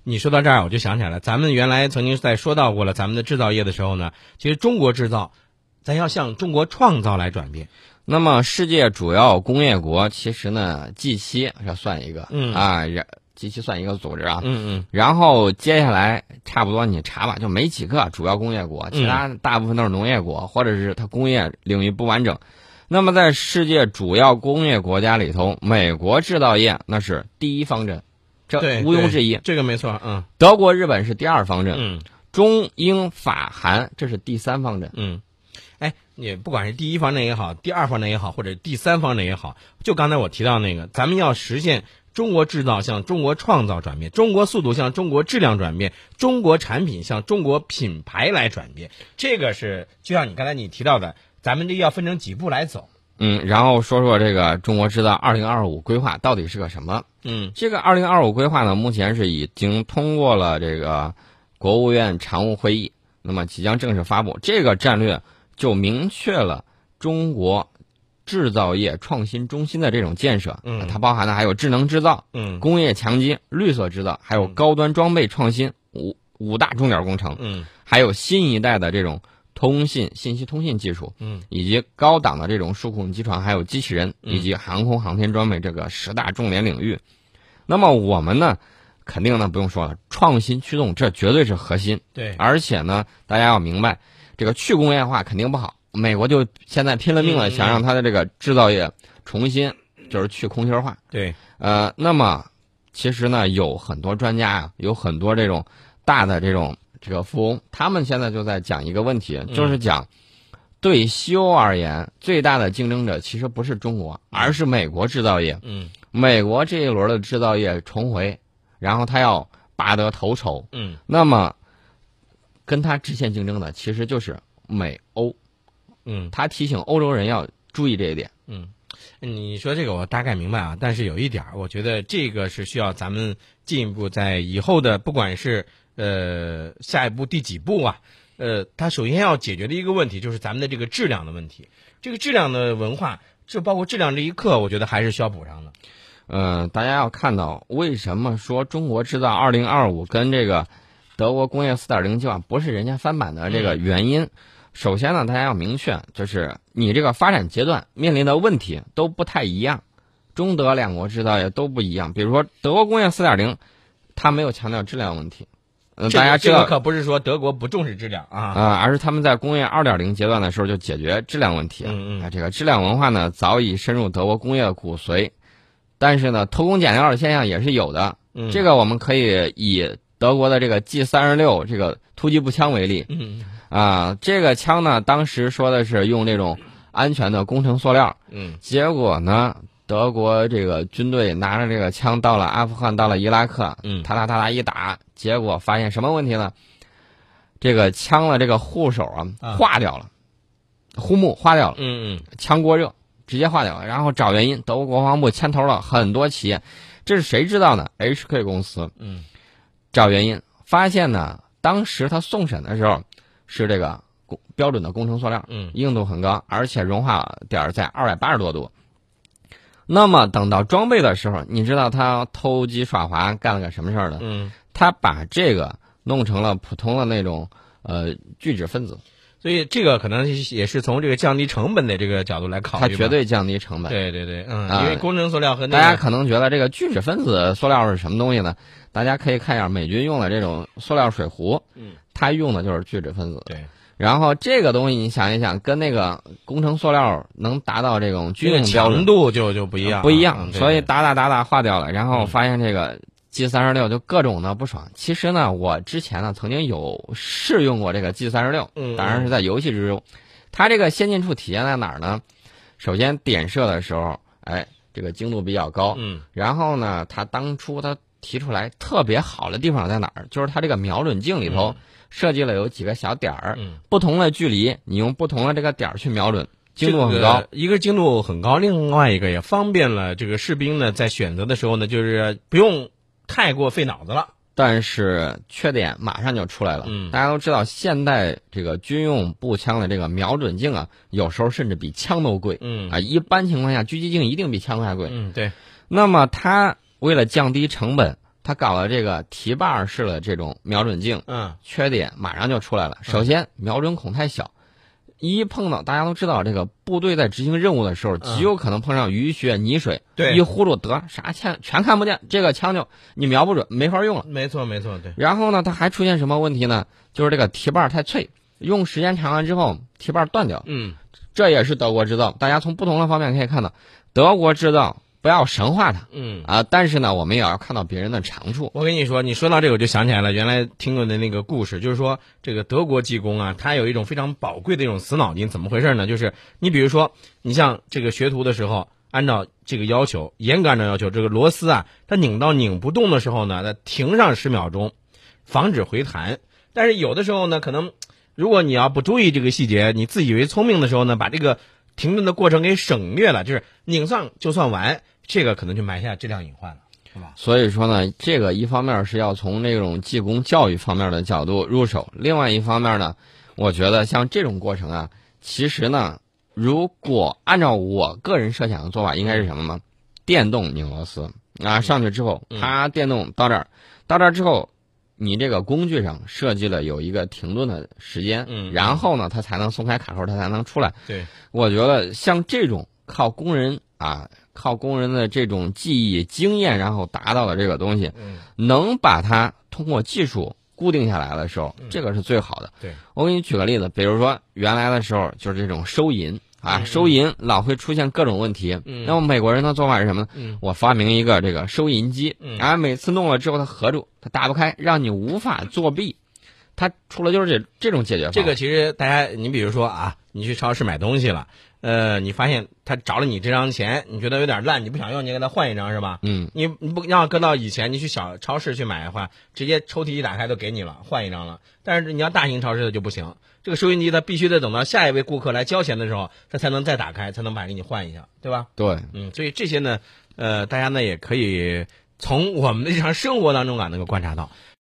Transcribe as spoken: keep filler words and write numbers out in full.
你说到这儿，我就想起来了，咱们原来曾经在说到过了咱们的制造业的时候呢，其实中国制造，咱要向中国创造来转变。 那么世界主要工业国，其实呢 G 七 要算一个， 嗯啊 G 七 算一个组织啊， 嗯嗯， 然后接下来差不多你查吧，就没几个主要工业国，其他大部分都是农业国，或者是它工业领域不完整。那么在世界主要工业国家里头，美国制造业那是第一方阵，这毋庸置疑， 这个没错，嗯。 德国、日本是第二方阵， 嗯， 中英法韩这是第三方阵， 嗯。哎，你不管是第一方阵也好，第二方阵也好，或者第三方阵也好，就刚才我提到那个，咱们要实现中国制造向中国创造转变，中国速度向中国质量转变，中国产品向中国品牌来转变，这个是就像你刚才你提到的，咱们这要分成几步来走。 嗯，然后说说这个中国制造二零二五规划到底是个什么？ 嗯， 这个二零二五规划呢，目前是已经通过了这个国务院常务会议，那么即将正式发布。这个战略就明确了中国制造业创新中心的这种建设， 嗯， 它包含的还有智能制造、 嗯， 工业强基、绿色制造，还有高端装备创新五五大重点工程， 嗯， 还有新一代的这种通信、信息通信技术， 嗯， 以及高档的这种数控机床，还有机器人， 嗯、 以及航空航天装备这个十大重点领域。那么我们呢，肯定呢不用说了，创新驱动这绝对是核心。 对， 而且呢，大家要明白，这个去工业化肯定不好。美国就现在拼了命了， 嗯、 想让它的这个制造业重新就是去空心化。 对， 呃，那么其实呢，有很多专家啊，有很多这种大的这种这个富翁，他们现在就在讲一个问题，就是讲对西欧而言，最大的竞争者其实不是中国，而是美国制造业。 嗯， 美国这一轮的制造业重回，然后他要拔得头筹。 嗯， 那么跟他直线竞争的其实就是美欧。 嗯， 他提醒欧洲人要注意这一点。 嗯，你说这个我大概明白啊，但是有一点，我觉得这个是需要咱们进一步在以后的，不管是呃下一步第几步啊，呃，它首先要解决的一个问题就是咱们的这个质量的问题。这个质量的文化，就包括质量这一课，我觉得还是需要补上的。 呃，大家要看到为什么说中国制造二零二五跟这个德国工业四点零计划不是人家翻版的这个原因。嗯，首先呢，大家要明确，就是你这个发展阶段面临的问题都不太一样，中德两国制造业都不一样。比如说德国工业 四点零， 它没有强调质量问题。嗯、呃，大家知道， 这个可不是说德国不重视质量啊， 啊、呃，而是他们在工业 二点零 阶段的时候就解决质量问题。 嗯嗯， 啊，这个质量文化呢，早已深入德国工业的骨髓，但是呢，偷工减料的现象也是有的。 嗯， 这个我们可以以德国的这个 G 三十六 这个突击步枪为例。 嗯。 啊，这个枪呢，当时说的是用这种安全的工程塑料， 嗯， 结果呢，德国这个军队拿着这个枪到了阿富汗，到了伊拉克， 嗯， 哒哒哒哒一打，结果发现什么问题呢？这个枪的这个护手啊， 啊化掉了，护木化掉了， 嗯嗯， 枪过热，直接化掉了。然后找原因，德国国防部牵头了很多企业，这是谁知道呢 ？H K 公司， 嗯， 找原因，发现呢，当时他送审的时候。是这个标准的工程塑料， 嗯， 硬度很高，而且融化点在二百八十多度。那么等到装备的时候，你知道他偷鸡耍滑干了个什么事儿呢？ 嗯， 他把这个弄成了普通的那种呃聚酯分子。 所以这个可能也是从这个降低成本的这个角度来考虑。 它绝对降低成本。 对对对，嗯， 啊、 因为工程塑料和、那个、 大家可能觉得这个聚酯分子塑料是什么东西呢？大家可以看一下美军用的这种塑料水壶， 嗯， 它用的就是聚酯分子。 对。 然后这个东西你想一想，跟那个工程塑料能达到这种军用标准强度就就不一样， 不一样， 嗯、 所以打打打打化掉了。然后发现这个 G 三十六 就各种的不爽。其实呢，我之前呢曾经有试用过这个 G 三十六， 嗯， 当然是在游戏之中。它这个先进处体现在哪儿呢？首先点射的时候，哎，这个精度比较高。 嗯， 然后呢，它当初它提出来特别好的地方在哪儿？就是它这个瞄准镜里头。 嗯， 设计了有几个小点儿， 嗯， 不同的距离，你用不同的这个点儿去瞄准，精度很高。 这个、一个精度很高，另外一个也方便了这个士兵呢，在选择的时候呢，就是不用太过费脑子了。 但是缺点马上就出来了。 嗯， 大家都知道，现代这个军用步枪的这个瞄准镜啊，有时候甚至比枪都贵。 嗯啊，一般情况下，狙击镜一定比枪还贵。 嗯，对。 那么它为了降低成本， 他搞了这个提把式的这种瞄准镜， 嗯， 缺点马上就出来了。首先，瞄准孔太小，一碰到大家都知道，这个部队在执行任务的时候，极有可能碰上雨雪泥水， 对， 一呼噜得啥枪全看不见，这个枪就你瞄不准，没法用了。 没错没错，对。 然后呢，它还出现什么问题呢？就是这个提把太脆，用时间长了之后，提把断掉。 嗯， 这也是德国制造。大家从不同的方面可以看到，德国制造。不要神化它， 嗯啊，但是呢，我们也要看到别人的长处。 我跟你说，你说到这个，我就想起来了，原来听过的那个故事，就是说这个德国技工啊，他有一种非常宝贵的一种死脑筋，怎么回事呢？就是你比如说，你像这个学徒的时候，按照这个要求，严格按照要求，这个螺丝啊，它拧到拧不动的时候呢，它停上十秒钟，防止回弹。但是有的时候呢，可能如果你要不注意这个细节，你自以为聪明的时候呢，把这个停顿的过程给省略了，就是拧上就算完。这个可能就埋下质量隐患了，是吧？ 所以说呢，这个一方面是要从那种技工教育方面的角度入手，另外一方面呢，我觉得像这种过程啊，其实呢，如果按照我个人设想的做法，应该是什么呢？电动拧螺丝啊，上去之后，啪，电动到这儿，到这儿之后，你这个工具上设计了有一个停顿的时间， 嗯， 然后呢，它才能松开卡扣，它才能出来。 对， 我觉得像这种靠工人啊。靠工人的这种技艺经验，然后达到的这个东西， 嗯， 能把它通过技术固定下来的时候， 嗯、 这个是最好的。 对， 我给你举个例子，比如说原来的时候就是这种收银啊， 嗯、 收银老会出现各种问题。 嗯， 那么美国人的做法是什么呢？ 嗯， 我发明一个这个收银机， 嗯， 啊，每次弄了之后它合住，它打不开，让你无法作弊。它出了就是这这种解决方法。 这个其实大家，你比如说啊，你去超市买东西了，呃，你发现他找了你这张钱，你觉得有点烂，你不想用，你给他换一张是吧？ 嗯， 你你不要搁到以前，你去小超市去买的话，直接抽屉一打开都给你了，换一张了。但是你要大型超市的就不行，这个收银机它必须得等到下一位顾客来交钱的时候，它才能再打开，才能把给你换一下，对吧？ 对， 嗯，所以这些呢，呃，大家呢也可以从我们的日常生活当中啊能够观察到。